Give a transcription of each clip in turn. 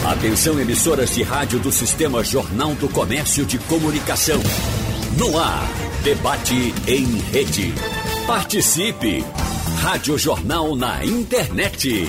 Atenção, emissoras de rádio do Sistema Jornal do Comércio de Comunicação. No ar, debate em rede. Participe! Rádio Jornal na internet.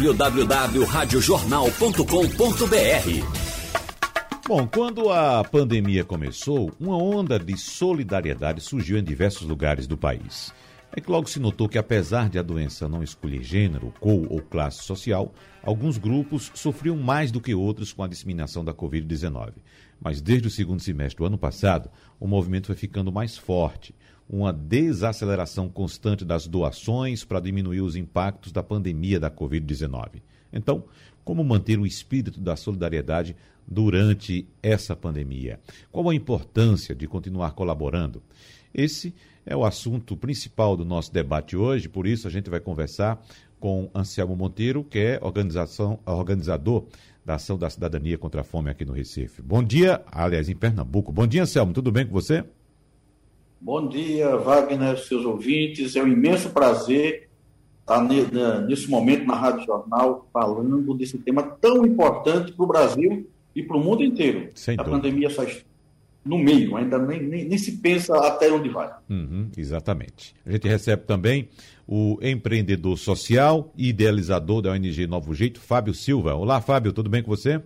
www.radiojornal.com.br. Bom, quando a pandemia começou, uma onda de solidariedade surgiu em diversos lugares do país. É que logo se notou que, apesar de a doença não escolher gênero, cor ou classe social, alguns grupos sofriam mais do que outros com a disseminação da Covid-19. Mas desde o segundo semestre do ano passado, o movimento foi ficando mais forte. Uma desaceleração constante das doações para diminuir os impactos da pandemia da Covid-19. Então, como manter o espírito da solidariedade durante essa pandemia? Qual a importância de continuar colaborando? Esse é o assunto principal do nosso debate hoje, por isso a gente vai conversar com Anselmo Monteiro, que é organizador da Ação da Cidadania contra a Fome aqui no Recife. Bom dia, aliás, em Pernambuco. Bom dia, Anselmo, tudo bem com você? Bom dia, Wagner, seus ouvintes. É um imenso prazer estar nesse momento na Rádio Jornal falando desse tema tão importante para o Brasil e para o mundo inteiro. A pandemia só está no meio, ainda nem se pensa até onde vai. Exatamente. A gente recebe também o empreendedor social e idealizador da ONG Novo Jeito, Fábio Silva. Olá, Fábio, tudo bem com você?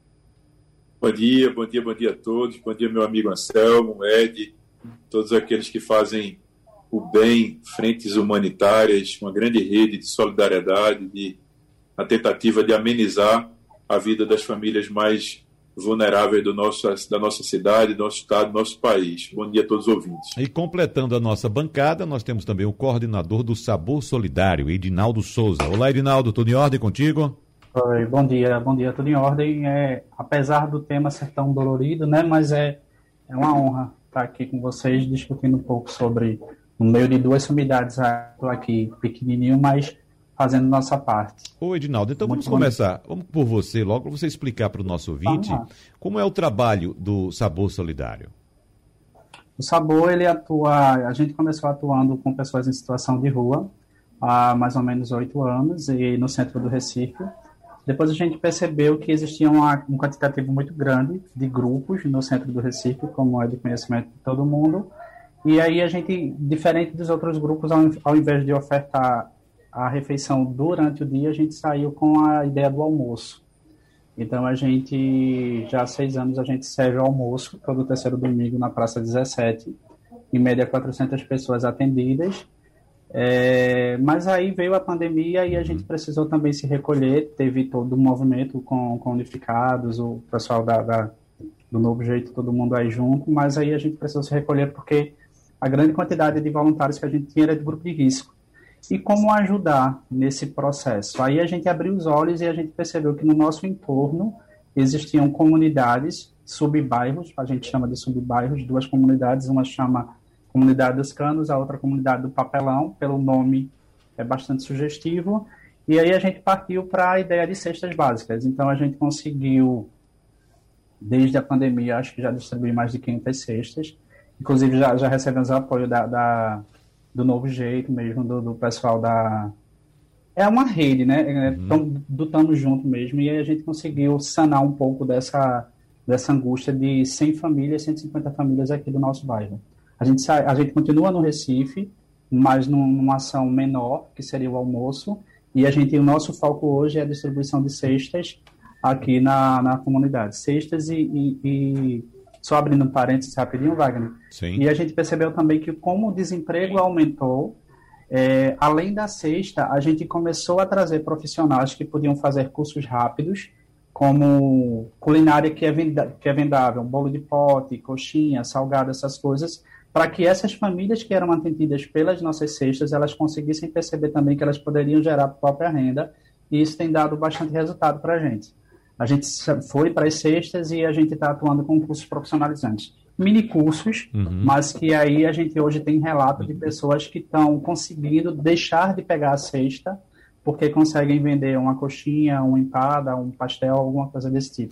Bom dia a todos. Bom dia, meu amigo Anselmo, Ed, todos aqueles que fazem o bem, frentes humanitárias, uma grande rede de solidariedade, a tentativa de amenizar a vida das famílias mais vulneráveis da nossa cidade, do nosso estado, do nosso país. Bom dia a todos os ouvintes. E completando a nossa bancada, nós temos também o coordenador do Sabor Solidário, Edinaldo Souza. Olá, Edinaldo, tudo em ordem contigo? Oi, bom dia, tudo em ordem. Apesar do tema ser tão dolorido, né, mas é uma honra estar aqui com vocês discutindo um pouco sobre, no meio de duas sumidades, estou aqui pequenininho, mas fazendo nossa parte. Ô, Edinaldo, então vamos começar. Vamos por você logo, você explicar para o nosso ouvinte como é o trabalho do Sabor Solidário. O Sabor, ele atua, a gente começou atuando com pessoas em situação de rua há mais ou menos 8 anos e no centro do Recife. Depois a gente percebeu que existia um quantitativo muito grande de grupos no centro do Recife, como é de conhecimento de todo mundo. E aí a gente, diferente dos outros grupos, ao invés de ofertar a refeição durante o dia, a gente saiu com a ideia do almoço. Então a gente, já há 6 anos, a gente serve o almoço todo terceiro domingo na Praça 17, em média 400 pessoas atendidas. Mas aí veio a pandemia e a gente precisou também se recolher, teve todo um movimento com unificados, o pessoal do Novo Jeito, todo mundo aí junto, mas aí a gente precisou se recolher porque a grande quantidade de voluntários que a gente tinha era de grupo de risco. E como ajudar nesse processo? Aí a gente abriu os olhos e a gente percebeu que no nosso entorno existiam comunidades, subbairros, a gente chama de subbairros, 2 comunidades, uma chama Comunidade dos Canos, a outra Comunidade do Papelão, pelo nome é bastante sugestivo, e aí a gente partiu para a ideia de cestas básicas. Então a gente conseguiu, desde a pandemia, acho que já distribuí mais de 500 cestas, inclusive já recebemos apoio do Novo Jeito mesmo, do pessoal da... É uma rede, né? Do Tamo Junto mesmo, e aí a gente conseguiu sanar um pouco dessa angústia de 100 famílias, 150 famílias aqui do nosso bairro. A gente continua no Recife, mas numa ação menor, que seria o almoço, e o nosso foco hoje é a distribuição de cestas aqui na comunidade. Cestas e só abrindo um parênteses rapidinho, Wagner. Sim. E a gente percebeu também que como o desemprego aumentou, além da cesta, a gente começou a trazer profissionais que podiam fazer cursos rápidos, como culinária que é vendável, bolo de pote, coxinha, salgado, essas coisas, para que essas famílias que eram atendidas pelas nossas cestas, elas conseguissem perceber também que elas poderiam gerar a própria renda, e isso tem dado bastante resultado para a gente. A gente foi para as cestas e a gente está atuando com cursos profissionalizantes. Mini cursos, mas que aí a gente hoje tem relato de pessoas que estão conseguindo deixar de pegar a cesta porque conseguem vender uma coxinha, uma empada, um pastel, alguma coisa desse tipo.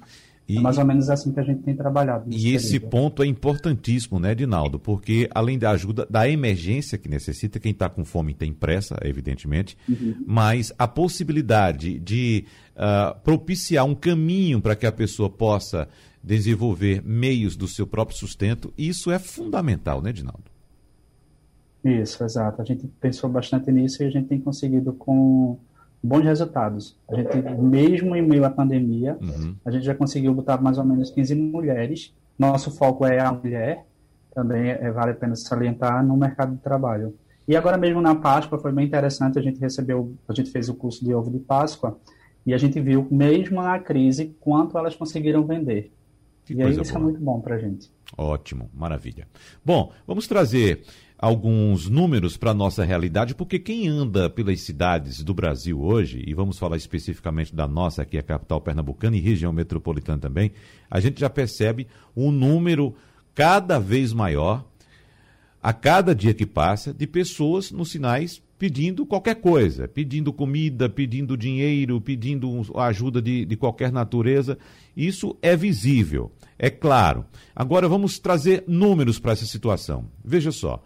É mais ou menos assim que a gente tem trabalhado. E esse ponto é importantíssimo, né, Edinaldo? Porque além da ajuda, da emergência que necessita, quem está com fome tem pressa, evidentemente, mas a possibilidade de propiciar um caminho para que a pessoa possa desenvolver meios do seu próprio sustento, isso é fundamental, né, Edinaldo? Isso, exato. A gente pensou bastante nisso e a gente tem conseguido com bons resultados. A gente, mesmo em meio à pandemia, a gente já conseguiu botar mais ou menos 15 mulheres. Nosso foco é a mulher, também vale a pena salientar, no mercado de trabalho. E agora mesmo na Páscoa foi bem interessante, a gente fez o curso de ovo de Páscoa e a gente viu, mesmo na crise, quanto elas conseguiram vender. E aí isso é muito bom para a gente. Ótimo, maravilha. Bom, vamos trazer alguns números para a nossa realidade, porque quem anda pelas cidades do Brasil hoje, e vamos falar especificamente da nossa, aqui a capital pernambucana e região metropolitana também, a gente já percebe um número cada vez maior, a cada dia que passa, de pessoas nos sinais pedindo qualquer coisa, pedindo comida, pedindo dinheiro, pedindo ajuda de qualquer natureza. Isso é visível, é claro. Agora vamos trazer números para essa situação. Veja só,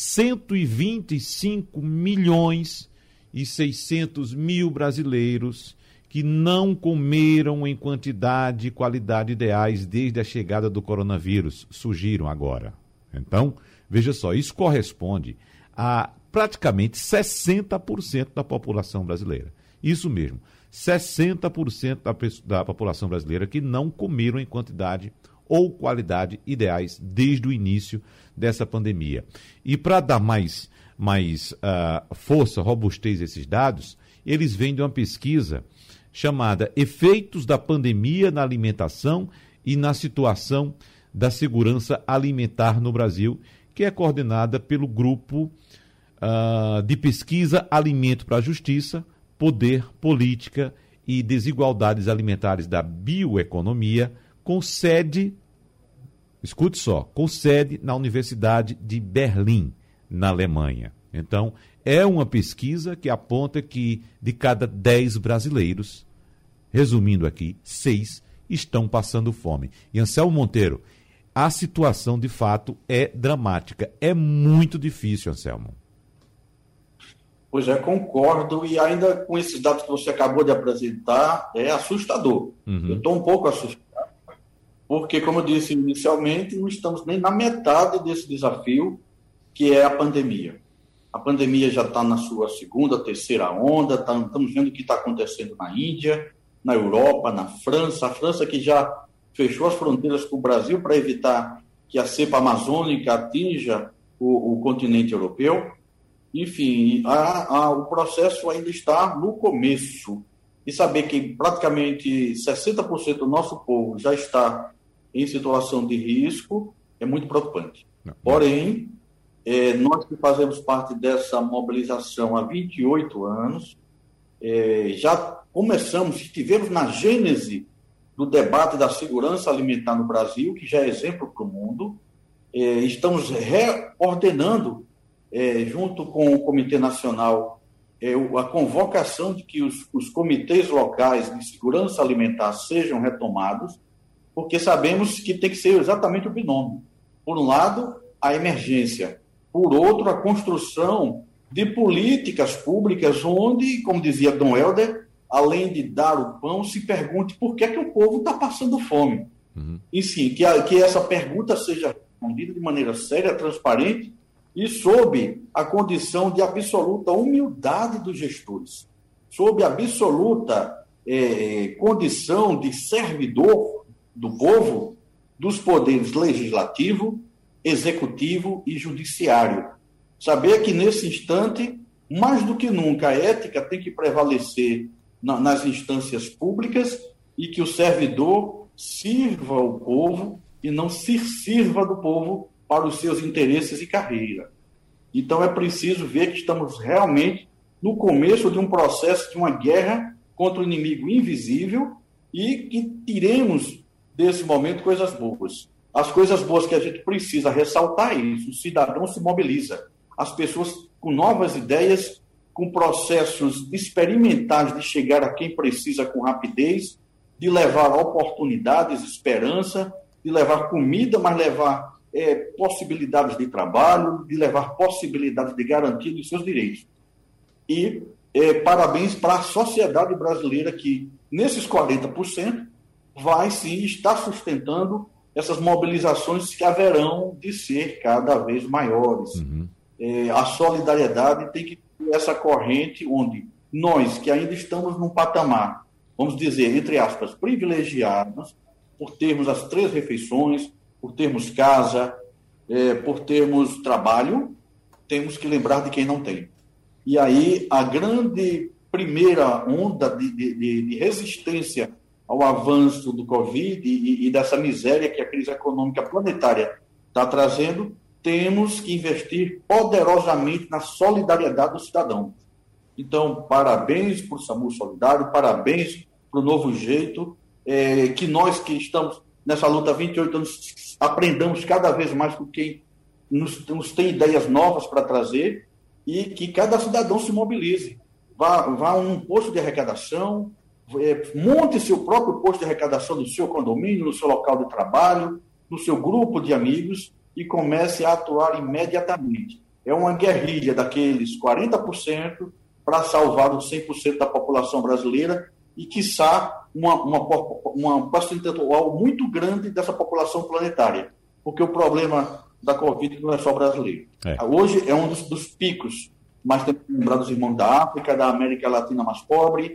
125 milhões e 600 mil brasileiros que não comeram em quantidade e qualidade ideais desde a chegada do coronavírus surgiram agora. Então, veja só, isso corresponde a praticamente 60% da população brasileira. Isso mesmo, 60% da população brasileira que não comeram em quantidade ou qualidade ideais desde o início dessa pandemia. E para dar mais força, robustez a esses dados, eles vêm de uma pesquisa chamada Efeitos da Pandemia na Alimentação e na Situação da Segurança Alimentar no Brasil, que é coordenada pelo Grupo de Pesquisa Alimento para a Justiça, Poder, Política e Desigualdades Alimentares da Bioeconomia, com sede, escute só, com sede na Universidade de Berlim, na Alemanha. Então, é uma pesquisa que aponta que de cada 10 brasileiros, resumindo aqui, 6 estão passando fome. E Anselmo Monteiro, a situação de fato é dramática, é muito difícil, Anselmo. Pois é, concordo, e ainda com esses dados que você acabou de apresentar, é assustador. Eu estou um pouco assustado, porque, como eu disse inicialmente, não estamos nem na metade desse desafio, que é a pandemia. A pandemia já está na sua segunda, terceira onda, estamos vendo o que está acontecendo na Índia, na Europa, na França. A França que já fechou as fronteiras com o Brasil para evitar que a cepa amazônica atinja o continente europeu. Enfim, o processo ainda está no começo. E saber que praticamente 60% do nosso povo já está em situação de risco é muito preocupante. Porém, nós que fazemos parte dessa mobilização há 28 anos, já começamos, estivemos na gênese do debate da segurança alimentar no Brasil, que já é exemplo para o mundo. Estamos reordenando, junto com o Comitê Nacional, a convocação de que os comitês locais de segurança alimentar sejam retomados, porque sabemos que tem que ser exatamente o binômio. Por um lado, a emergência. Por outro, a construção de políticas públicas onde, como dizia Dom Helder, além de dar o pão, se pergunte por que é que o povo está passando fome. E sim, que essa pergunta seja respondida de maneira séria, transparente e sob a condição de absoluta humildade dos gestores, sob a absoluta condição de servidor do povo, dos poderes legislativo, executivo e judiciário. Saber que, nesse instante, mais do que nunca, a ética tem que prevalecer nas instâncias públicas e que o servidor sirva o povo e não se sirva do povo para os seus interesses e carreira. Então é preciso ver que estamos realmente no começo de um processo de uma guerra contra o inimigo invisível e que tiremos desse momento coisas boas. As coisas boas que a gente precisa ressaltar é isso: o cidadão se mobiliza, as pessoas com novas ideias, com processos experimentais de chegar a quem precisa com rapidez, de levar oportunidades, esperança, de levar comida, mas levar possibilidades de trabalho, de levar possibilidades de garantia dos seus direitos. E parabéns para a sociedade brasileira que, nesses 40%, vai sim estar sustentando essas mobilizações que haverão de ser cada vez maiores. Uhum. A solidariedade tem que ter essa corrente onde nós, que ainda estamos num patamar, vamos dizer, entre aspas, privilegiados, por termos as 3 refeições, por termos casa, por termos trabalho, temos que lembrar de quem não tem. E aí a grande primeira onda de resistência ao avanço do Covid e dessa miséria que a crise econômica planetária está trazendo, temos que investir poderosamente na solidariedade do cidadão. Então, parabéns para o SAMU Solidário, parabéns para o Novo Jeito, que nós que estamos nessa luta há 28 anos aprendamos cada vez mais com quem nos tem ideias novas para trazer e que cada cidadão se mobilize. Vá a um posto de arrecadação, monte seu próprio posto de arrecadação no seu condomínio, no seu local de trabalho, no seu grupo de amigos e comece a atuar imediatamente. É uma guerrilha daqueles 40% para salvar os 100% da população brasileira e, quiçá, uma percentual muito grande dessa população planetária, porque o problema da Covid não é só brasileiro. Hoje é um dos picos, mas temos que lembrar dos irmãos da África, da América Latina mais pobre,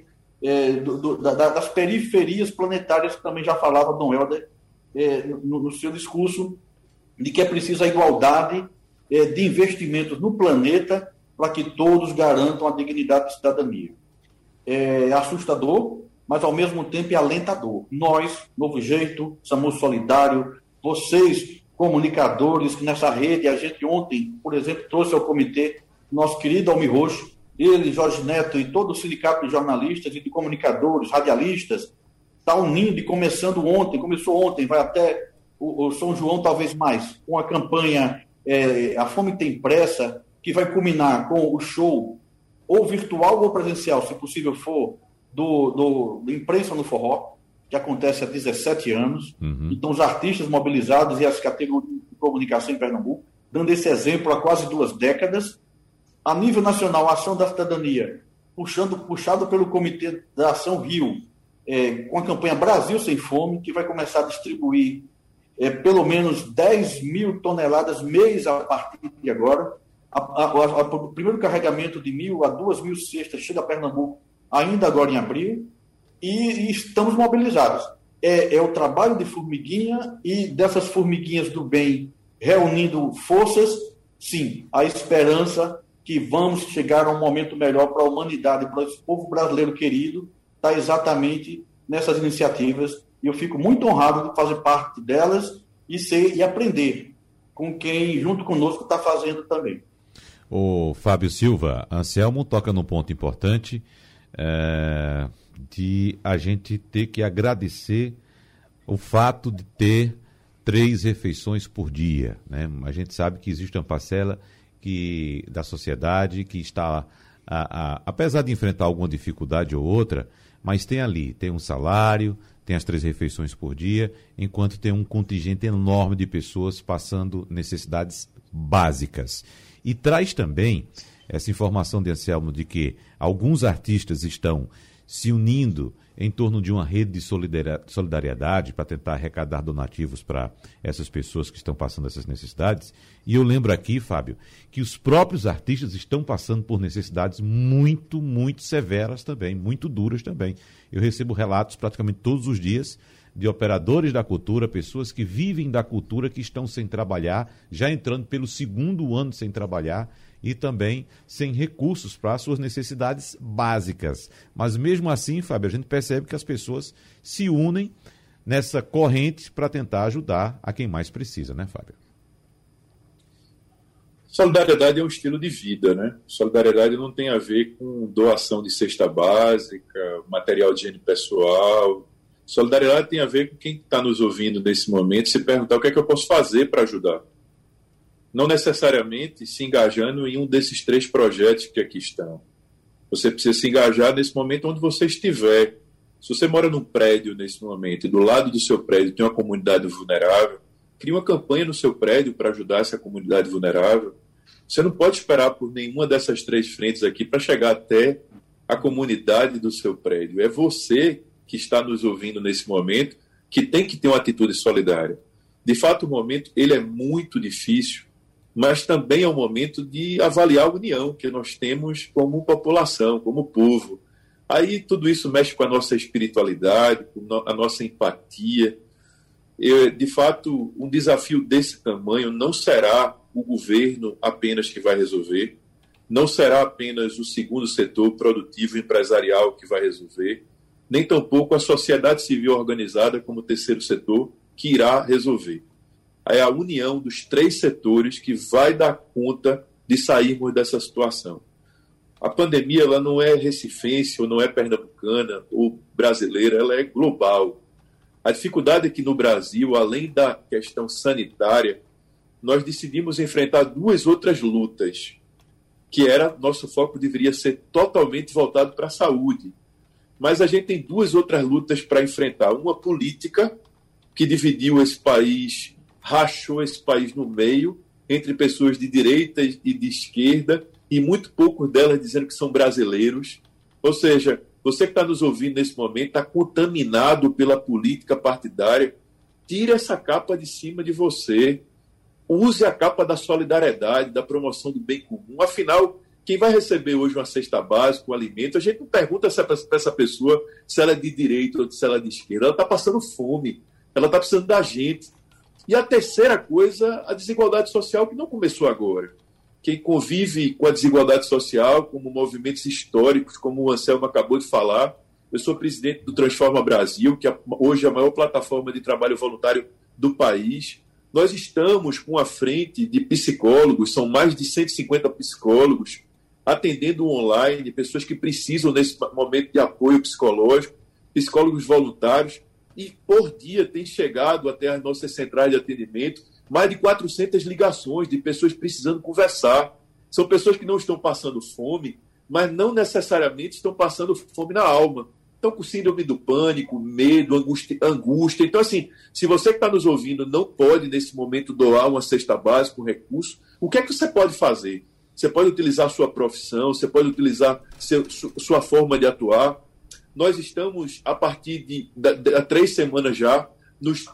das periferias planetárias, que também já falava Dom Helder no seu discurso, de que é preciso a igualdade de investimentos no planeta para que todos garantam a dignidade de cidadania. É assustador, mas ao mesmo tempo é alentador. Nós, Novo Jeito, SAMU Solidário, vocês, comunicadores, que nessa rede, a gente ontem, por exemplo, trouxe ao comitê nosso querido Almir Roxo, ele, Jorge Neto e todo o sindicato de jornalistas e de comunicadores, radialistas, está unindo e começou ontem, vai até o São João talvez mais, com a campanha A Fome Tem Pressa, que vai culminar com o show, ou virtual ou presencial, se possível for, do Imprensa no Forró, que acontece há 17 anos. Uhum. Então, os artistas mobilizados e as categorias de comunicação em Pernambuco, dando esse exemplo há quase 2 décadas. A nível nacional, a Ação da Cidadania, puxado pelo Comitê da Ação Rio, com a campanha Brasil Sem Fome, que vai começar a distribuir pelo menos 10 mil toneladas mês a partir de agora. O primeiro carregamento de 1.000 a 2.000 cestas chega a Pernambuco ainda agora em abril, e estamos mobilizados. É o trabalho de formiguinha, e dessas formiguinhas do bem reunindo forças, sim, a esperança que vamos chegar a um momento melhor para a humanidade, para esse povo brasileiro querido, está exatamente nessas iniciativas, e eu fico muito honrado de fazer parte delas e aprender com quem, junto conosco, está fazendo também. O Fábio Silva, Anselmo toca num ponto importante, de a gente ter que agradecer o fato de ter 3 refeições por dia, né? A gente sabe que existe uma parcela da sociedade que está, apesar de enfrentar alguma dificuldade ou outra, mas tem um salário, tem as 3 refeições por dia, enquanto tem um contingente enorme de pessoas passando necessidades básicas. E traz também essa informação de Anselmo de que alguns artistas estão se unindo em torno de uma rede de solidariedade para tentar arrecadar donativos para essas pessoas que estão passando essas necessidades. E eu lembro aqui, Fábio, que os próprios artistas estão passando por necessidades muito, muito severas também, muito duras também. Eu recebo relatos praticamente todos os dias de operadores da cultura, pessoas que vivem da cultura, que estão sem trabalhar, já entrando pelo 2º ano sem trabalhar, e também sem recursos para as suas necessidades básicas. Mas mesmo assim, Fábio, a gente percebe que as pessoas se unem nessa corrente para tentar ajudar a quem mais precisa, né, Fábio? Solidariedade é um estilo de vida, né? Solidariedade não tem a ver com doação de cesta básica, material de higiene pessoal. Solidariedade tem a ver com quem está nos ouvindo nesse momento, se perguntar o que é que eu posso fazer para ajudar. Não necessariamente se engajando em um desses 3 projetos que aqui estão. Você precisa se engajar nesse momento onde você estiver. Se você mora num prédio nesse momento e do lado do seu prédio tem uma comunidade vulnerável, crie uma campanha no seu prédio para ajudar essa comunidade vulnerável. Você não pode esperar por nenhuma dessas 3 frentes aqui para chegar até a comunidade do seu prédio. É você que está nos ouvindo nesse momento que tem que ter uma atitude solidária. De fato, o momento ele é muito difícil, mas também é um momento de avaliar a união que nós temos como população, como povo. Aí tudo isso mexe com a nossa espiritualidade, com a nossa empatia. De fato, um desafio desse tamanho não será o governo apenas que vai resolver, não será apenas o segundo setor produtivo empresarial que vai resolver, nem tampouco a sociedade civil organizada como terceiro setor que irá resolver. É a união dos 3 setores que vai dar conta de sairmos dessa situação. A pandemia ela não é recifense, ou não é pernambucana, ou brasileira, ela é global. A dificuldade é que no Brasil, além da questão sanitária, nós decidimos enfrentar 2 outras lutas, que nosso foco deveria ser totalmente voltado para a saúde. Mas a gente tem 2 outras lutas para enfrentar. Uma política, que dividiu esse país, rachou esse país no meio, entre pessoas de direita e de esquerda, e muito poucos delas dizendo que são brasileiros. Ou seja, você que está nos ouvindo nesse momento está contaminado pela política partidária. Tire essa capa de cima de você. Use a capa da solidariedade, da promoção do bem comum. Afinal, quem vai receber hoje uma cesta básica, um alimento, a gente não pergunta para essa pessoa se ela é de direita ou se ela é de esquerda. Ela está passando fome. Ela está precisando da gente. E a terceira coisa, a desigualdade social, que não começou agora. Quem convive com a desigualdade social, como movimentos históricos, como o Anselmo acabou de falar, eu sou presidente do Transforma Brasil, que hoje é a maior plataforma de trabalho voluntário do país. Nós estamos com a frente de psicólogos, são mais de 150 psicólogos, atendendo online, pessoas que precisam nesse momento de apoio psicológico, psicólogos voluntários, e por dia tem chegado até as nossas centrais de atendimento mais de 400 ligações de pessoas precisando conversar. São pessoas que não estão passando fome, mas não necessariamente estão passando fome na alma. Estão com síndrome do pânico, medo, angústia. Então, assim, se você que está nos ouvindo não pode, nesse momento, doar uma cesta básica, um recurso, o que é que você pode fazer? Você pode utilizar sua profissão, você pode utilizar sua forma de atuar. Nós estamos, a partir de 3 semanas já, nos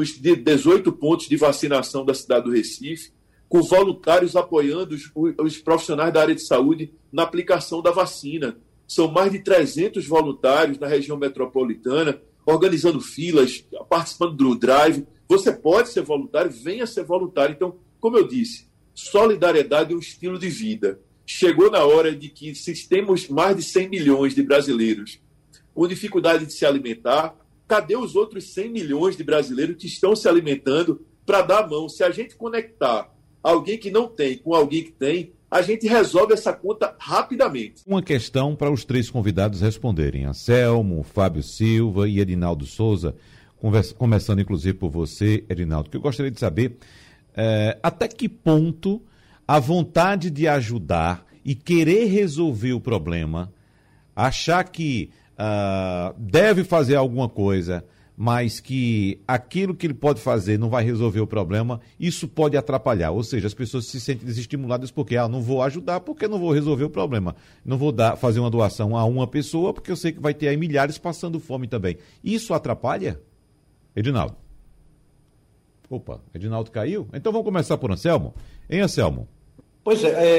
18 pontos de vacinação da cidade do Recife, com voluntários apoiando os profissionais da área de saúde na aplicação da vacina. São mais de 300 voluntários na região metropolitana, organizando filas, participando do drive. Você pode ser voluntário, venha ser voluntário. Então, como eu disse, solidariedade é um estilo de vida. Chegou na hora de que, se temos mais de 100 milhões de brasileiros com dificuldade de se alimentar, cadê os outros 100 milhões de brasileiros que estão se alimentando para dar a mão? Se a gente conectar alguém que não tem com alguém que tem, a gente resolve essa conta rapidamente. Uma questão para os 3 convidados responderem. Anselmo, Fábio Silva e Edinaldo Souza, começando inclusive por você, Edinaldo, que eu gostaria de saber até que ponto a vontade de ajudar e querer resolver o problema, achar que deve fazer alguma coisa, mas que aquilo que ele pode fazer não vai resolver o problema, isso pode atrapalhar. Ou seja, as pessoas se sentem desestimuladas porque não vou ajudar, porque não vou resolver o problema. Não vou fazer uma doação a uma pessoa, porque eu sei que vai ter aí milhares passando fome também. Isso atrapalha? Edinaldo. Opa, Edinaldo caiu? Então vamos começar por Anselmo. Hein, Anselmo? Pois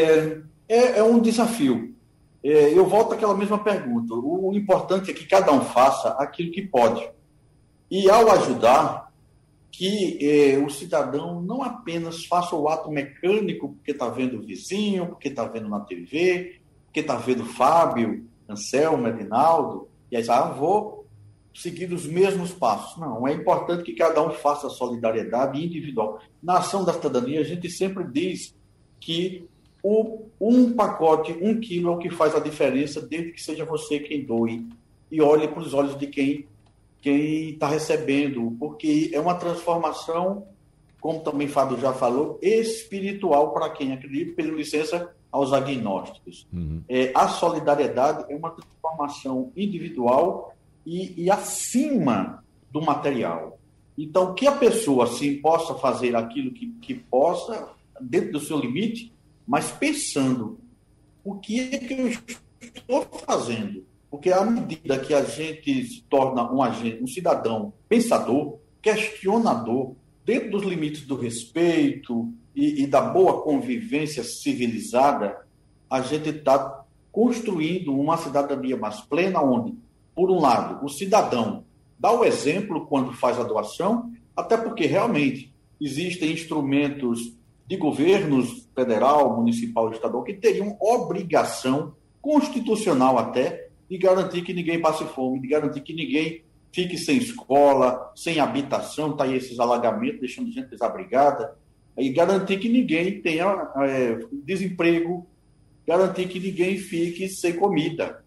é um desafio. Eu volto àquela mesma pergunta. O importante é que cada um faça aquilo que pode. E, ao ajudar, que o cidadão não apenas faça o ato mecânico porque está vendo o vizinho, porque está vendo na TV, porque está vendo Fábio, Anselmo, Edinaldo, e aí vou seguir os mesmos passos. Não, é importante que cada um faça a solidariedade individual. Na ação da cidadania, a gente sempre diz que um pacote, 1 quilo é o que faz a diferença, desde que seja você quem doe. E olhe para os olhos de quem está recebendo, porque é uma transformação, como também Fábio já falou, espiritual para quem acredita, pedindo licença aos agnósticos. A solidariedade é uma transformação individual e acima do material. Então, que a pessoa, sim, possa fazer aquilo que possa, dentro do seu limite, mas pensando o que é que eu estou fazendo. Porque à medida que a gente se torna um cidadão pensador, questionador, dentro dos limites do respeito e da boa convivência civilizada, a gente está construindo uma cidadania mais plena, onde, por um lado, o cidadão dá o exemplo quando faz a doação, até porque realmente existem instrumentos de governos federal, municipal e estadual que teriam obrigação constitucional até de garantir que ninguém passe fome, de garantir que ninguém fique sem escola, sem habitação, está aí esses alagamentos deixando gente desabrigada, e garantir que ninguém tenha desemprego, garantir que ninguém fique sem comida.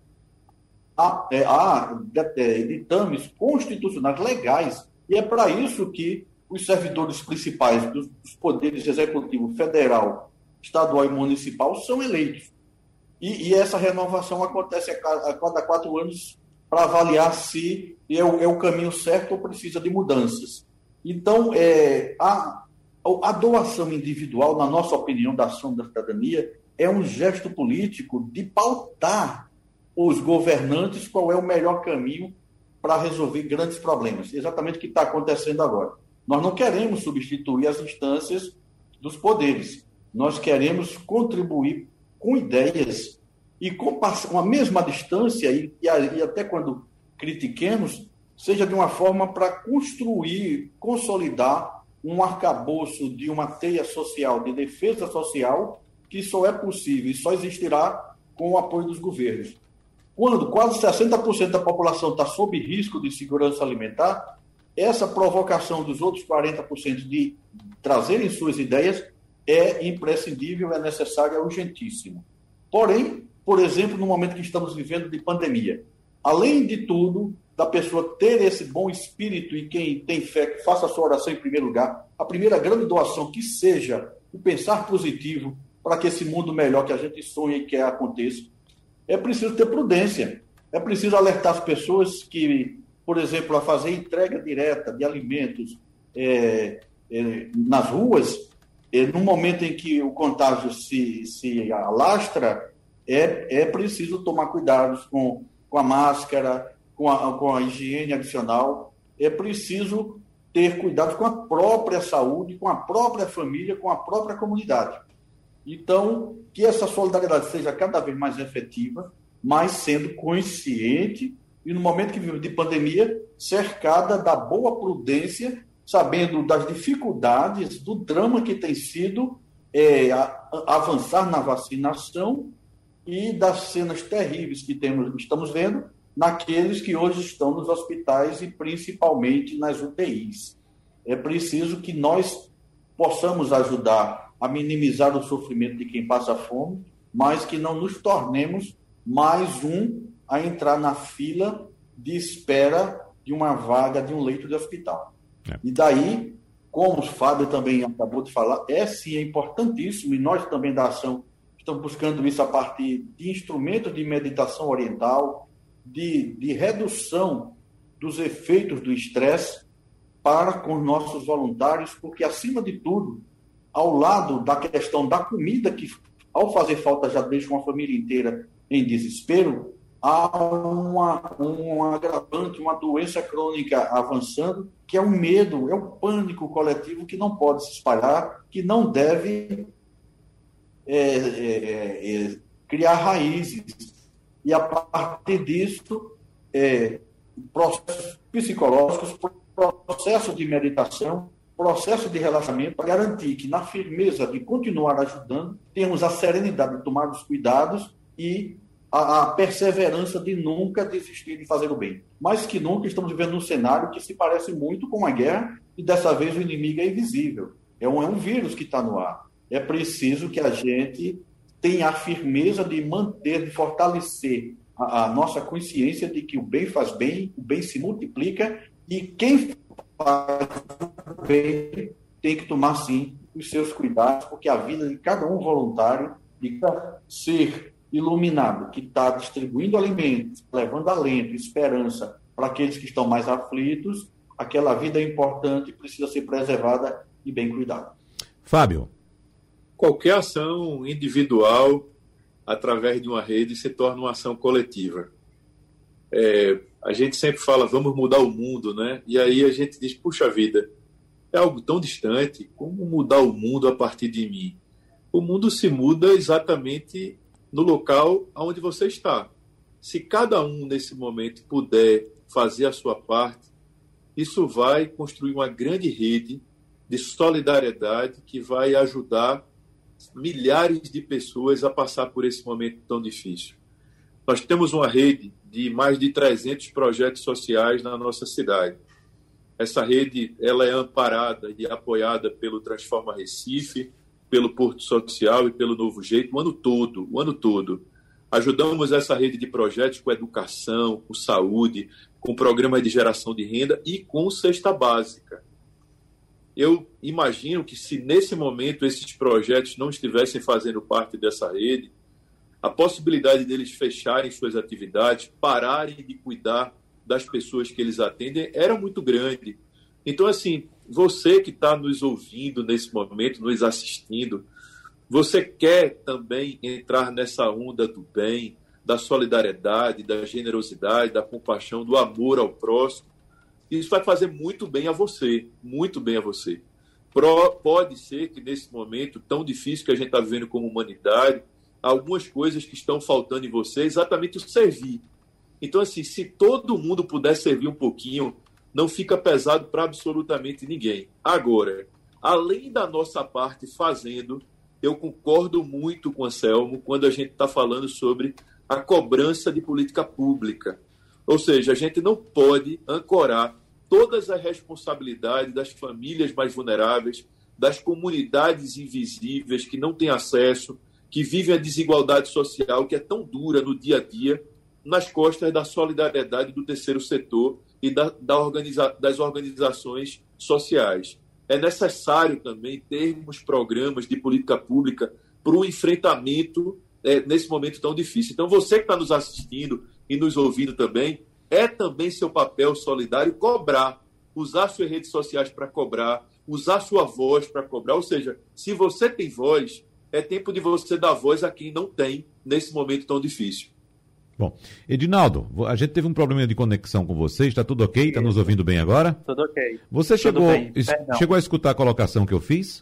Há ditames constitucionais legais, e é para isso que os servidores principais dos poderes executivo federal, estadual e municipal são eleitos. E essa renovação acontece a cada 4 anos para avaliar se é o caminho certo ou precisa de mudanças. Então, a doação individual, na nossa opinião, da ação da cidadania, é um gesto político de pautar os governantes qual é o melhor caminho para resolver grandes problemas. Exatamente o que está acontecendo agora. Nós não queremos substituir as instâncias dos poderes. Nós queremos contribuir com ideias e com a mesma distância, e até quando critiquemos, seja de uma forma para construir, consolidar um arcabouço de uma teia social, de defesa social, que só é possível e só existirá com o apoio dos governos. Quando quase 60% da população está sob risco de segurança alimentar, essa provocação dos outros 40% de trazerem suas ideias é imprescindível, é necessário, é urgentíssimo. Porém, por exemplo, no momento que estamos vivendo de pandemia, além de tudo, da pessoa ter esse bom espírito e quem tem fé que faça a sua oração em primeiro lugar, a primeira grande doação que seja o pensar positivo para que esse mundo melhor que a gente sonha e quer aconteça, é preciso ter prudência, é preciso alertar as pessoas que, por exemplo, a fazer entrega direta de alimentos nas ruas, no momento em que o contágio se alastra, é preciso tomar cuidados com a máscara, com a higiene adicional, é preciso ter cuidado com a própria saúde, com a própria família, com a própria comunidade. Então, que essa solidariedade seja cada vez mais efetiva, mas sendo consciente e, no momento que vivemos de pandemia, cercada da boa prudência, sabendo das dificuldades, do drama que tem sido avançar na vacinação e das cenas terríveis que estamos vendo naqueles que hoje estão nos hospitais e principalmente nas UTIs. É preciso que nós possamos ajudar a minimizar o sofrimento de quem passa fome, mas que não nos tornemos mais a entrar na fila de espera de uma vaga de um leito de hospital. E daí, como o Fábio também acabou de falar, sim, é importantíssimo, e nós também da ação estamos buscando isso a partir de instrumentos de meditação oriental, de redução dos efeitos do estresse para com os nossos voluntários, porque, acima de tudo, ao lado da questão da comida, que ao fazer falta já deixa uma família inteira em desespero, há um agravante, uma doença crônica avançando, que é o medo, é o pânico coletivo que não pode se espalhar, que não deve criar raízes. E a partir disso, processos psicológicos, processo de meditação, processo de relaxamento, para garantir que, na firmeza de continuar ajudando, temos a serenidade de tomar os cuidados e a perseverança de nunca desistir de fazer o bem. Mais que nunca estamos vivendo um cenário que se parece muito com a guerra e dessa vez o inimigo é invisível. É um vírus que está no ar. É preciso que a gente tenha a firmeza de manter, de fortalecer a nossa consciência de que o bem faz bem, o bem se multiplica e quem faz o bem tem que tomar, sim, os seus cuidados, porque a vida de cada um voluntário, de cada ser iluminado que está distribuindo alimentos, levando alento, esperança para aqueles que estão mais aflitos, aquela vida é importante e precisa ser preservada e bem cuidada. Fábio. Qualquer ação individual, através de uma rede, se torna uma ação coletiva. A gente sempre fala, vamos mudar o mundo, né? E aí a gente diz, puxa vida, é algo tão distante, como mudar o mundo a partir de mim? O mundo se muda exatamente no local onde você está. Se cada um, nesse momento, puder fazer a sua parte, isso vai construir uma grande rede de solidariedade que vai ajudar milhares de pessoas a passar por esse momento tão difícil. Nós temos uma rede de mais de 300 projetos sociais na nossa cidade. Essa rede ela é amparada e apoiada pelo Transforma Recife, pelo Porto Social e pelo Novo Jeito o ano todo. Ajudamos essa rede de projetos com educação, com saúde, com programas de geração de renda e com cesta básica. Eu imagino que se nesse momento esses projetos não estivessem fazendo parte dessa rede, a possibilidade deles fecharem suas atividades, pararem de cuidar das pessoas que eles atendem, era muito grande. Então, assim, você que está nos ouvindo nesse momento, nos assistindo, você quer também entrar nessa onda do bem, da solidariedade, da generosidade, da compaixão, do amor ao próximo, isso vai fazer muito bem a você, muito bem a você. Pode ser que nesse momento tão difícil que a gente está vivendo como humanidade, algumas coisas que estão faltando em você, exatamente o servir. Então, assim, se todo mundo puder servir um pouquinho, não fica pesado para absolutamente ninguém. Agora, além da nossa parte fazendo, eu concordo muito com o Anselmo quando a gente está falando sobre a cobrança de política pública. Ou seja, a gente não pode ancorar todas as responsabilidades das famílias mais vulneráveis, das comunidades invisíveis que não têm acesso, que vivem a desigualdade social que é tão dura no dia a dia, nas costas da solidariedade do terceiro setor e das organizações sociais. É necessário também termos programas de política pública para o enfrentamento nesse momento tão difícil. Então, você que está nos assistindo e nos ouvindo também, é também seu papel solidário cobrar, usar suas redes sociais para cobrar, usar sua voz para cobrar. Ou seja, se você tem voz, é tempo de você dar voz a quem não tem nesse momento tão difícil. Bom, Edinaldo, a gente teve um problema de conexão com você, está tudo ok? Está nos ouvindo bem agora? Tudo ok. Você chegou a escutar a colocação que eu fiz?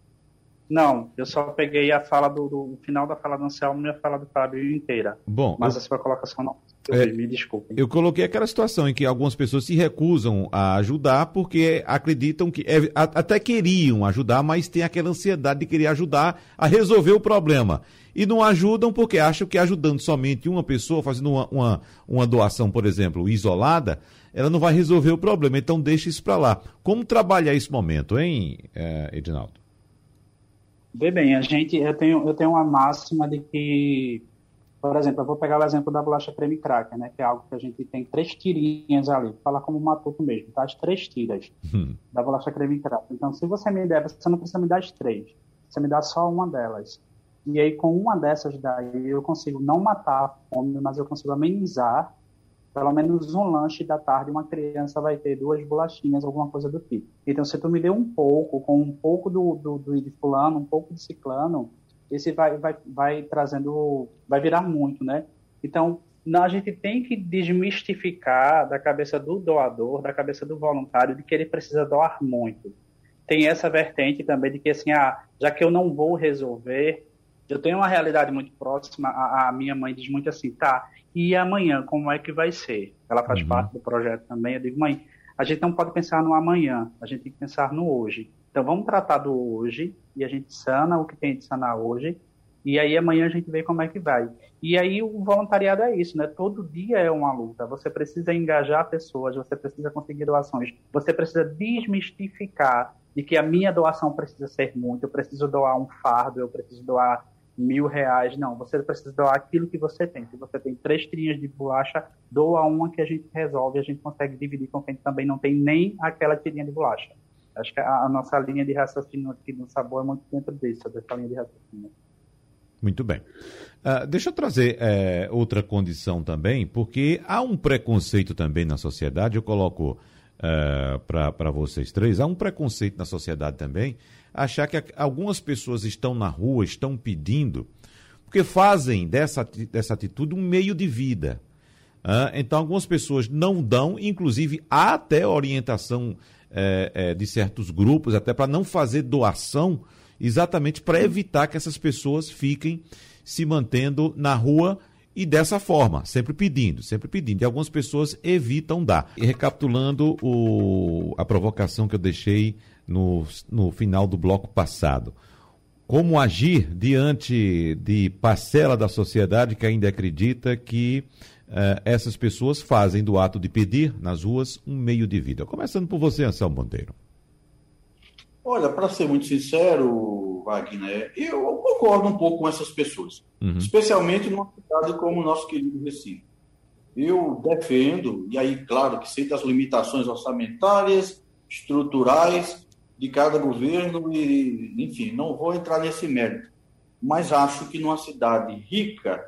Não, eu só peguei a fala do final da fala do Anselmo e a fala do Fábio inteira. Bom, mas a sua colocação não. Me desculpem. Eu coloquei aquela situação em que algumas pessoas se recusam a ajudar porque acreditam que até queriam ajudar, mas tem aquela ansiedade de querer ajudar a resolver o problema. E não ajudam porque acham que ajudando somente uma pessoa, fazendo uma doação, por exemplo, isolada, ela não vai resolver o problema. Então deixa isso para lá. Como trabalhar esse momento, hein, Edinaldo? Bem, eu tenho uma máxima de que, por exemplo, eu vou pegar o exemplo da bolacha creme cracker, né, que é algo que a gente tem 3 tirinhas ali, vou falar como matuto mesmo, tá? As 3 tiras da bolacha creme cracker. Então, se você me der, você não precisa me dar as 3, você me dá só uma delas. E aí, com uma dessas daí, eu consigo não matar a fome, mas eu consigo amenizar pelo menos um lanche da tarde, uma criança vai ter 2 bolachinhas, alguma coisa do tipo. Então, se tu me deu um pouco, com um pouco de fulano, um pouco de ciclano, esse vai trazendo, vai virar muito, né? Então, a gente tem que desmistificar da cabeça do doador, da cabeça do voluntário, de que ele precisa doar muito. Tem essa vertente também de que, assim, já que eu não vou resolver, eu tenho uma realidade muito próxima, a minha mãe diz muito assim, tá, e amanhã, como é que vai ser? Ela faz parte do projeto também. Eu digo, mãe, a gente não pode pensar no amanhã, a gente tem que pensar no hoje. Então, vamos tratar do hoje, e a gente sana o que tem de sanar hoje, e aí amanhã a gente vê como é que vai. E aí o voluntariado é isso, né? Todo dia é uma luta. Você precisa engajar pessoas, você precisa conseguir doações, você precisa desmistificar de que a minha doação precisa ser muito, eu preciso doar um fardo, eu preciso doar R$1.000, não, você precisa doar aquilo que você tem. Se você tem 3 tirinhas de bolacha, doa uma que a gente resolve, a gente consegue dividir com quem também não tem nem aquela tirinha de bolacha. Acho que a nossa linha de raciocínio aqui no Sabor é muito dentro disso, dessa linha de raciocínio. Muito bem. Deixa eu trazer outra condição também, porque há um preconceito também na sociedade, eu coloco para vocês três, há um preconceito na sociedade também, achar que algumas pessoas estão na rua, estão pedindo, porque fazem dessa atitude um meio de vida. Então, algumas pessoas não dão, inclusive há até orientação de certos grupos, até para não fazer doação, exatamente para evitar que essas pessoas fiquem se mantendo na rua e dessa forma, sempre pedindo. E algumas pessoas evitam dar. E recapitulando a provocação que eu deixei no final do bloco passado. Como agir diante de parcela da sociedade que ainda acredita que essas pessoas fazem do ato de pedir nas ruas um meio de vida? Começando por você, Anselmo Monteiro. Olha, para ser muito sincero, Wagner, eu concordo um pouco com essas pessoas, especialmente numa cidade como o nosso querido Recife. Eu defendo, e aí, claro, que sei das limitações orçamentárias, estruturais de cada governo, e, enfim, não vou entrar nesse mérito, mas acho que numa cidade rica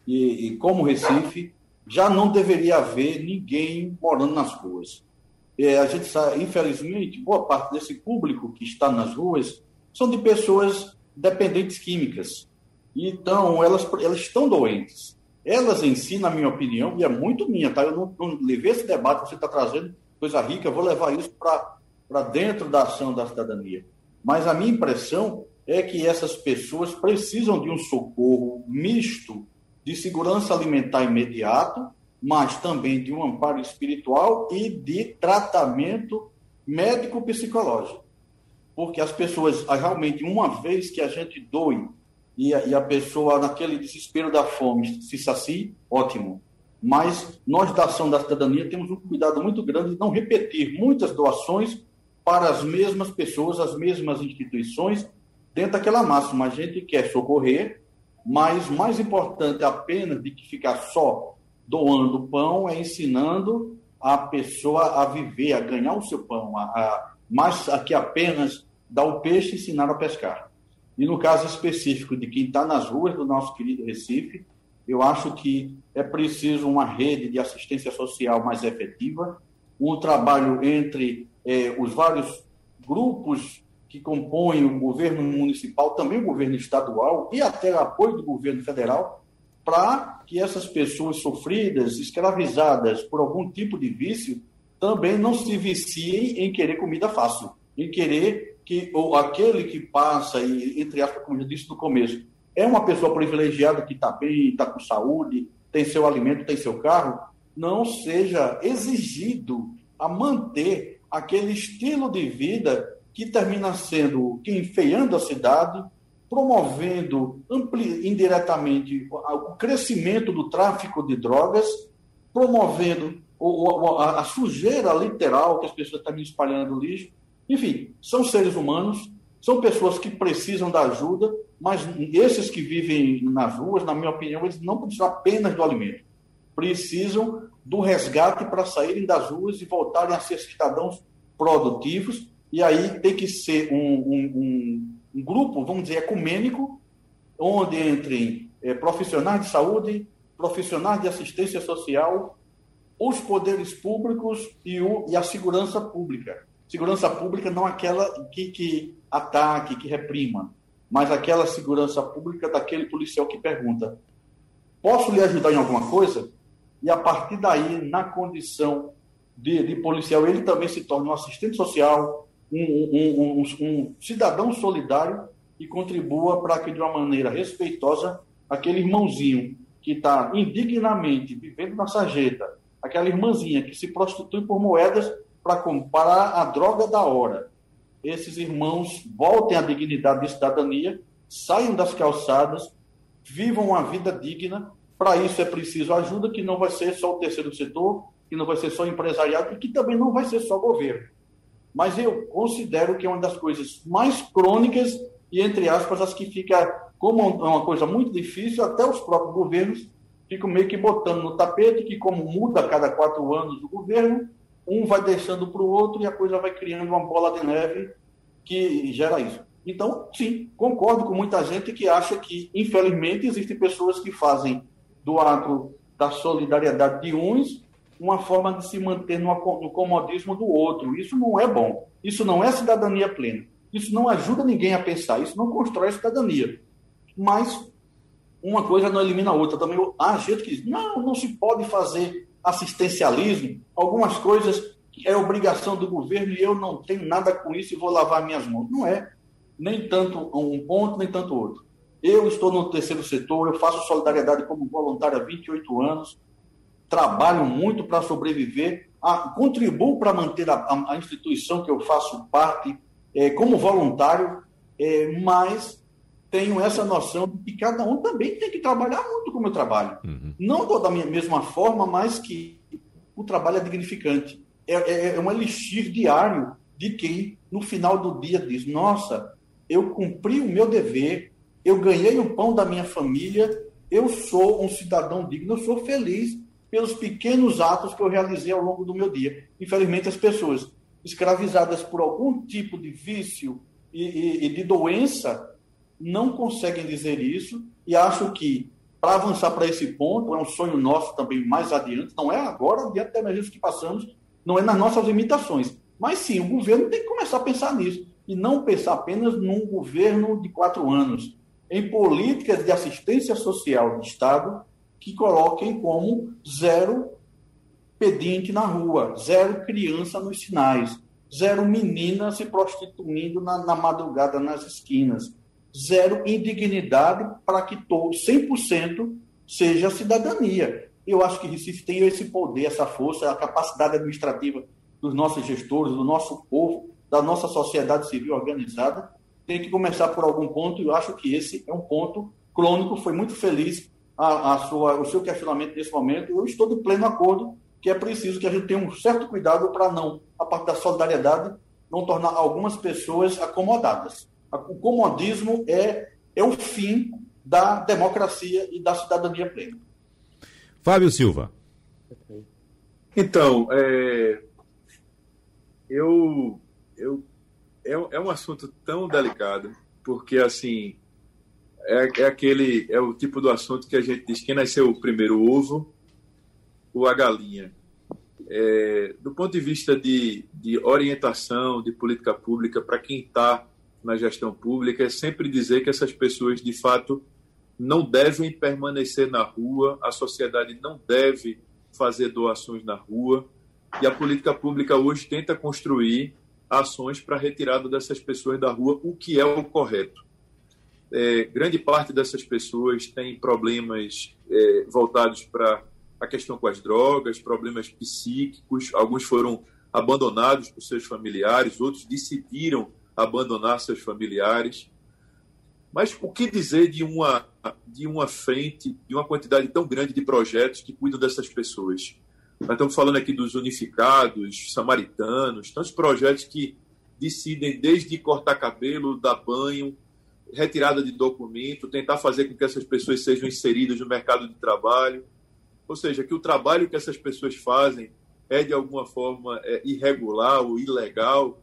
e como Recife, já não deveria haver ninguém morando nas ruas. A gente sabe, infelizmente, boa parte desse público que está nas ruas são de pessoas dependentes químicas. Então, elas estão doentes. Elas em si, na minha opinião, e é muito minha, tá? Eu não levei esse debate que você está trazendo, coisa rica, eu vou levar isso para dentro da ação da cidadania. Mas a minha impressão é que essas pessoas precisam de um socorro misto de segurança alimentar imediato, mas também de um amparo espiritual e de tratamento médico-psicológico. Porque as pessoas, realmente, uma vez que a gente doe e a pessoa, naquele desespero da fome, se sacie, ótimo. Mas nós, da ação da cidadania, temos um cuidado muito grande de não repetir muitas doações para as mesmas pessoas, as mesmas instituições, dentro daquela máxima. A gente quer socorrer, mas mais importante apenas de que ficar só doando pão é ensinando a pessoa a viver, a ganhar o seu pão, mais que apenas dar o peixe e ensinar a pescar. E no caso específico de quem está nas ruas do nosso querido Recife, eu acho que é preciso uma rede de assistência social mais efetiva, um trabalho entre os vários grupos que compõem o governo municipal, também o governo estadual e até o apoio do governo federal, para que essas pessoas sofridas, escravizadas por algum tipo de vício, também não se viciem em querer comida fácil, em querer que aquele que passa, e, entre aspas, como eu disse no começo, é uma pessoa privilegiada que está bem, está com saúde, tem seu alimento, tem seu carro, não seja exigido a manter aquele estilo de vida que termina sendo que enfeiando a cidade, promovendo indiretamente o crescimento do tráfico de drogas, promovendo a sujeira literal que as pessoas estão espalhando lixo. Enfim, são seres humanos, são pessoas que precisam da ajuda, mas esses que vivem nas ruas, na minha opinião, eles não precisam apenas do alimento. Precisam do resgate para saírem das ruas e voltarem a ser cidadãos produtivos. E aí tem que ser um grupo, vamos dizer, ecumênico, onde entrem profissionais de saúde, profissionais de assistência social, os poderes públicos e a segurança pública. Segurança pública não aquela que ataque, que reprima, mas aquela segurança pública daquele policial que pergunta: posso lhe ajudar em alguma coisa? E a partir daí, na condição de policial, ele também se torna um assistente social, um cidadão solidário e contribua para que, de uma maneira respeitosa, aquele irmãozinho que está indignamente vivendo na sarjeta, aquela irmãzinha que se prostitui por moedas para comprar a droga da hora, esses irmãos voltem à dignidade de cidadania, saiam das calçadas, vivam uma vida digna. Para isso é preciso ajuda, que não vai ser só o terceiro setor, que não vai ser só o empresariado e que também não vai ser só o governo. Mas eu considero que é uma das coisas mais crônicas e, entre aspas, as que fica como uma coisa muito difícil, até os próprios governos ficam meio que botando no tapete, que como muda a cada 4 anos o governo, um vai deixando para o outro e a coisa vai criando uma bola de neve que gera isso. Então, sim, concordo com muita gente que acha que, infelizmente, existem pessoas que fazem do ato da solidariedade de uns uma forma de se manter no comodismo do outro. Isso não é bom. Isso não é cidadania plena. Isso não ajuda ninguém a pensar. Isso não constrói a cidadania. Mas uma coisa não elimina a outra. Também há gente que diz, não se pode fazer assistencialismo. Algumas coisas é obrigação do governo e eu não tenho nada com isso e vou lavar minhas mãos. Não é. Nem tanto um ponto, nem tanto outro. Eu estou no terceiro setor, eu faço solidariedade como voluntário há 28 anos, trabalho muito para sobreviver, contribuo para manter a instituição que eu faço parte como voluntário, mas tenho essa noção de que cada um também tem que trabalhar muito como eu trabalho. Uhum. Não da mesma forma, mas que o trabalho é dignificante. É um elixir diário de quem, no final do dia, diz, nossa, eu cumpri o meu dever, eu ganhei o pão da minha família, eu sou um cidadão digno, eu sou feliz pelos pequenos atos que eu realizei ao longo do meu dia. Infelizmente, as pessoas escravizadas por algum tipo de vício e de doença não conseguem dizer isso e acho que, para avançar para esse ponto, é um sonho nosso também mais adiante, não é agora, diante da emergência que passamos, não é nas nossas limitações, mas sim, o governo tem que começar a pensar nisso e não pensar apenas num governo de 4 anos, em políticas de assistência social do Estado que coloquem como 0 pedinte na rua, 0 criança nos sinais, 0 menina se prostituindo na madrugada nas esquinas, 0 indignidade para que todo 100% seja cidadania. Eu acho que Recife tem esse poder, essa força, a capacidade administrativa dos nossos gestores, do nosso povo, da nossa sociedade civil organizada, tem que começar por algum ponto, e eu acho que esse é um ponto crônico. Foi muito feliz o seu questionamento nesse momento. Eu estou de pleno acordo que é preciso que a gente tenha um certo cuidado para não, a parte da solidariedade, não tornar algumas pessoas acomodadas. O comodismo é o fim da democracia e da cidadania plena. Fábio Silva. Então, é um assunto tão delicado, porque, assim, é o tipo do assunto que a gente diz, quem nasceu primeiro, o ovo ou a galinha? Do ponto de vista de orientação, de política pública, para quem está na gestão pública, é sempre dizer que essas pessoas, de fato, não devem permanecer na rua, a sociedade não deve fazer doações na rua, e a política pública hoje tenta construir ações para a retirada dessas pessoas da rua, o que é o correto. Grande parte dessas pessoas tem problemas voltados para a questão com as drogas, problemas psíquicos, alguns foram abandonados por seus familiares, outros decidiram abandonar seus familiares. Mas o que dizer de uma frente, de uma quantidade tão grande de projetos que cuidam dessas pessoas? Nós estamos falando aqui dos unificados, samaritanos, tantos projetos que decidem desde cortar cabelo, dar banho, retirada de documento, tentar fazer com que essas pessoas sejam inseridas no mercado de trabalho. Ou seja, que o trabalho que essas pessoas fazem é, de alguma forma, irregular ou ilegal,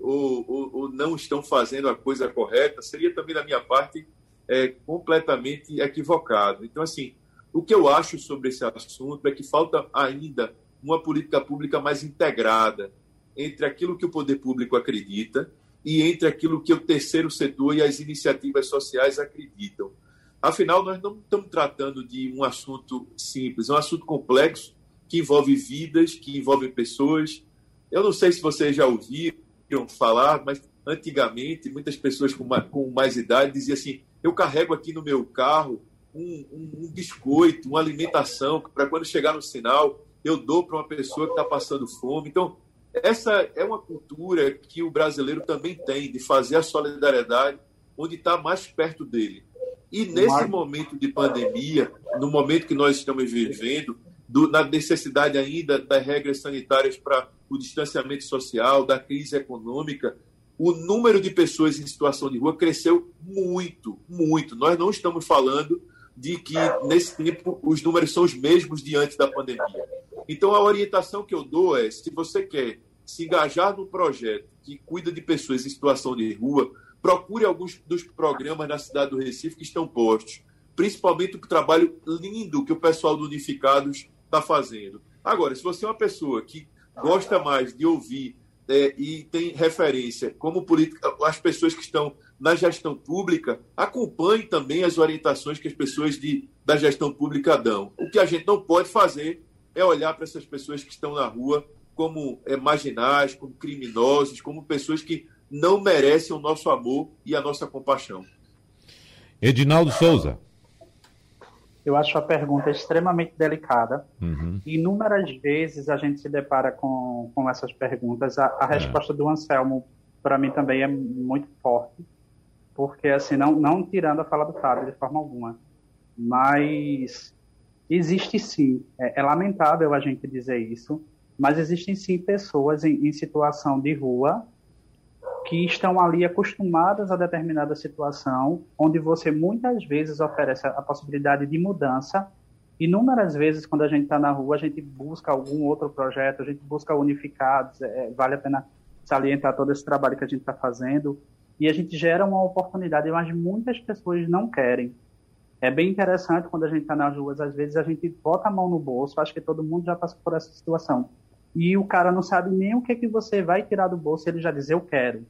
ou não estão fazendo a coisa correta, seria também, da minha parte, completamente equivocado. Então, assim, o que eu acho sobre esse assunto é que falta ainda uma política pública mais integrada entre aquilo que o poder público acredita e entre aquilo que o terceiro setor e as iniciativas sociais acreditam. Afinal, nós não estamos tratando de um assunto simples, é um assunto complexo que envolve vidas, que envolve pessoas. Eu não sei se vocês já ouviram falar, mas antigamente muitas pessoas com mais idade diziam assim: eu carrego aqui no meu carro um biscoito, uma alimentação, para quando chegar no sinal eu dou para uma pessoa que está passando fome. Então, essa é uma cultura que o brasileiro também tem, de fazer a solidariedade onde está mais perto dele. E nesse momento de pandemia, no momento que nós estamos vivendo, na necessidade ainda das regras sanitárias para o distanciamento social, da crise econômica, o número de pessoas em situação de rua cresceu muito, muito. Nós não estamos falando de que, nesse tempo, os números são os mesmos de antes da pandemia. Então, a orientação que eu dou é, se você quer se engajar num projeto que cuida de pessoas em situação de rua, procure alguns dos programas na cidade do Recife que estão postos, principalmente o trabalho lindo que o pessoal do Unificados está fazendo. Agora, se você é uma pessoa que gosta mais de ouvir e tem referência como política, as pessoas que estão na gestão pública, acompanhe também as orientações que as pessoas da gestão pública dão. O que a gente não pode fazer é olhar para essas pessoas que estão na rua como marginais, como criminosos, como pessoas que não merecem o nosso amor e a nossa compaixão. Edinaldo Souza. Eu acho a pergunta extremamente delicada. Inúmeras vezes a gente se depara com essas perguntas. A resposta do Anselmo, para mim, também é muito forte, porque, assim, não tirando a fala do Fábio de forma alguma, mas existe sim, é lamentável a gente dizer isso, mas existem sim pessoas em situação de rua que estão ali acostumadas a determinada situação, onde você muitas vezes oferece a possibilidade de mudança. Inúmeras vezes, quando a gente está na rua, a gente busca algum outro projeto, a gente busca unificados, vale a pena salientar todo esse trabalho que a gente está fazendo, e a gente gera uma oportunidade, mas muitas pessoas não querem. É bem interessante quando a gente está nas ruas, às vezes a gente bota a mão no bolso, acho que todo mundo já passou por essa situação, e o cara não sabe nem o que você vai tirar do bolso, ele já diz, eu quero.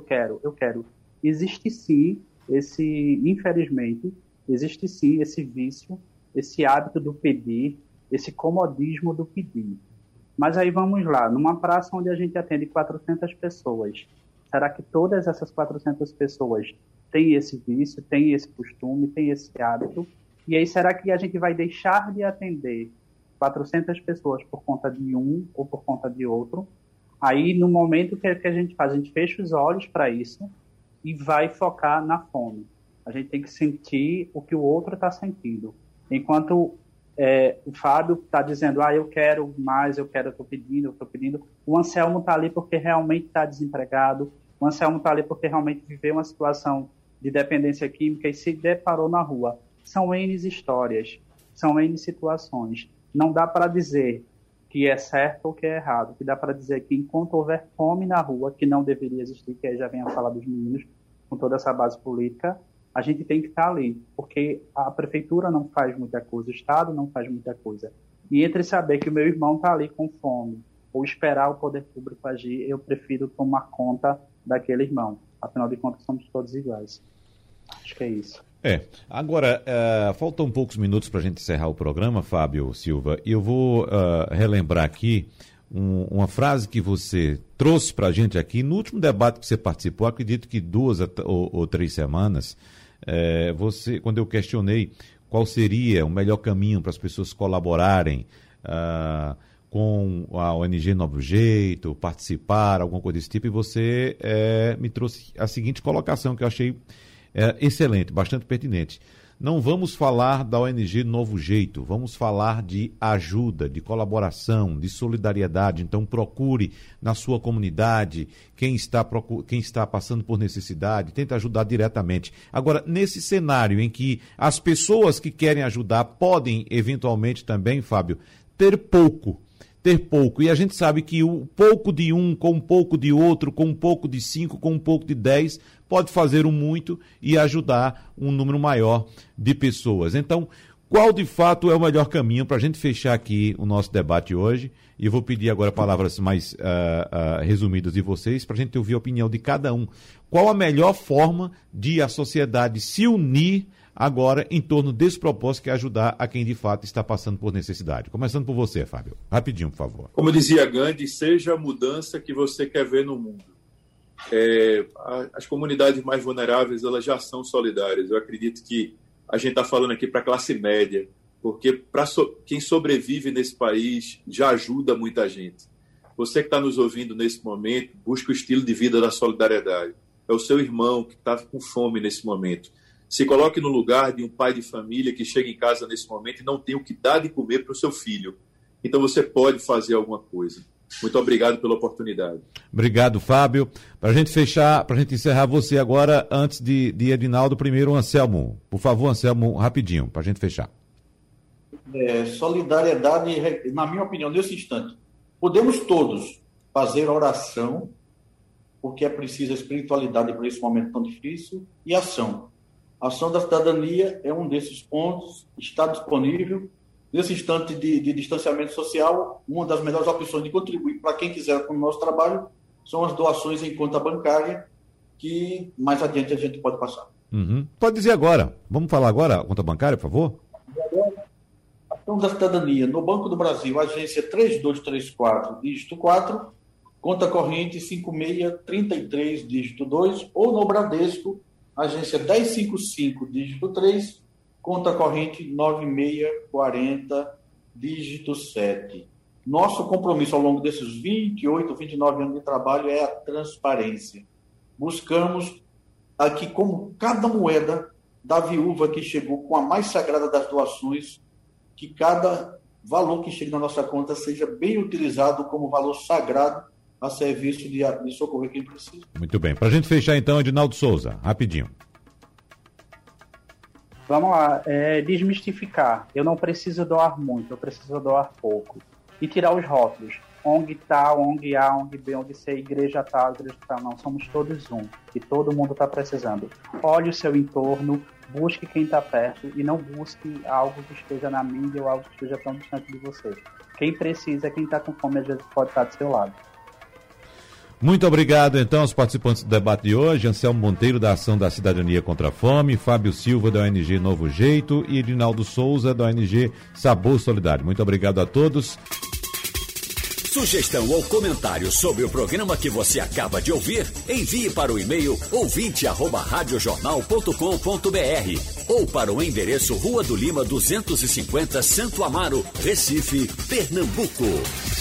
Existe sim infelizmente, existe sim esse vício, esse hábito do pedir, esse comodismo do pedir. Mas aí vamos lá, numa praça onde a gente atende 400 pessoas, será que todas essas 400 pessoas têm esse vício, têm esse costume, têm esse hábito? E aí será que a gente vai deixar de atender 400 pessoas por conta de um ou por conta de outro? Aí, no momento que a gente faz, a gente fecha os olhos para isso e vai focar na fome. A gente tem que sentir o que o outro está sentindo. Enquanto o Fábio está dizendo, eu quero mais, eu estou pedindo. O Anselmo está ali porque realmente está desempregado. O Anselmo está ali porque realmente viveu uma situação de dependência química e se deparou na rua. São N histórias, são N situações. Não dá para dizer que é certo ou que é errado, que dá para dizer que enquanto houver fome na rua, que não deveria existir, que aí já vem a fala dos meninos, com toda essa base política, a gente tem que estar ali, porque a prefeitura não faz muita coisa, o Estado não faz muita coisa. E entre saber que o meu irmão está ali com fome, ou esperar o poder público agir, eu prefiro tomar conta daquele irmão. Afinal de contas, somos todos iguais. Acho que é isso. Agora, faltam poucos minutos para a gente encerrar o programa, Fábio Silva, e eu vou relembrar aqui uma frase que você trouxe para a gente aqui no último debate que você participou, acredito que 2 ou 3 semanas, quando eu questionei qual seria o melhor caminho para as pessoas colaborarem com a ONG Novo Jeito, participar, alguma coisa desse tipo, e você me trouxe a seguinte colocação que eu achei excelente, bastante pertinente. Não vamos falar da ONG Novo Jeito, vamos falar de ajuda, de colaboração, de solidariedade. Então procure na sua comunidade quem está passando por necessidade, tente ajudar diretamente. Agora, nesse cenário em que as pessoas que querem ajudar podem eventualmente também, Fábio, ter pouco, e a gente sabe que o pouco de um, com um pouco de outro, com um pouco de 5, com um pouco de 10, pode fazer um muito e ajudar um número maior de pessoas. Então, qual de fato é o melhor caminho para a gente fechar aqui o nosso debate hoje? E eu vou pedir agora palavras mais resumidas de vocês, para a gente ouvir a opinião de cada um. Qual a melhor forma de a sociedade se unir agora em torno desse propósito, que é ajudar a quem de fato está passando por necessidade? Começando por você, Fábio. Rapidinho, por favor. Como dizia Gandhi, seja a mudança que você quer ver no mundo. As comunidades mais vulneráveis, elas já são solidárias. Eu acredito que a gente está falando aqui para a classe média, porque para quem sobrevive nesse país já ajuda muita gente. Você que está nos ouvindo nesse momento, busca o estilo de vida da solidariedade. É o seu irmão que está com fome nesse momento. Se coloque no lugar de um pai de família que chega em casa nesse momento e não tem o que dar de comer para o seu filho. Então você pode fazer alguma coisa. Muito obrigado pela oportunidade. Obrigado, Fábio. Para a gente fechar, para a gente encerrar você agora, antes de Edinaldo, primeiro o Anselmo. Por favor, Anselmo, rapidinho, para a gente fechar. Solidariedade, na minha opinião, nesse instante, podemos todos fazer oração porque é preciso espiritualidade para esse momento tão difícil, e ação. A ação da cidadania é um desses pontos, está disponível. Nesse instante de distanciamento social, uma das melhores opções de contribuir para quem quiser com o nosso trabalho são as doações em conta bancária, que mais adiante a gente pode passar. Pode dizer agora. Vamos falar agora a conta bancária, por favor? Ação da cidadania, no Banco do Brasil, agência 3234, dígito 4, conta corrente 5633, dígito 2, ou no Bradesco, agência 1055, dígito 3, conta corrente 9640, dígito 7. Nosso compromisso ao longo desses 28, 29 anos de trabalho é a transparência. Buscamos aqui, como cada moeda da viúva que chegou com a mais sagrada das doações, que cada valor que chega na nossa conta seja bem utilizado como valor sagrado a serviço de socorrer quem precisa. Muito bem. Para a gente fechar então, Edinaldo Souza, rapidinho. Vamos lá, desmistificar. Eu não preciso doar muito, eu preciso doar pouco. E tirar os rótulos. ONG tal, ONG A, ONG B, ONG C, igreja tal, igreja tal. Não, somos todos um. E todo mundo está precisando. Olhe o seu entorno, busque quem está perto e não busque algo que esteja na mídia ou algo que esteja tão distante de você. Quem precisa, quem está com fome, às vezes pode estar do seu lado. Muito obrigado, então, aos participantes do debate de hoje. Anselmo Monteiro, da Ação da Cidadania contra a Fome, Fábio Silva, da ONG Novo Jeito, e Edinaldo Souza, da ONG Sabor Solidário. Muito obrigado a todos. Sugestão ou comentário sobre o programa que você acaba de ouvir, envie para o e-mail ouvinte@radiojornal.com.br ou para o endereço Rua do Lima 250, Santo Amaro, Recife, Pernambuco.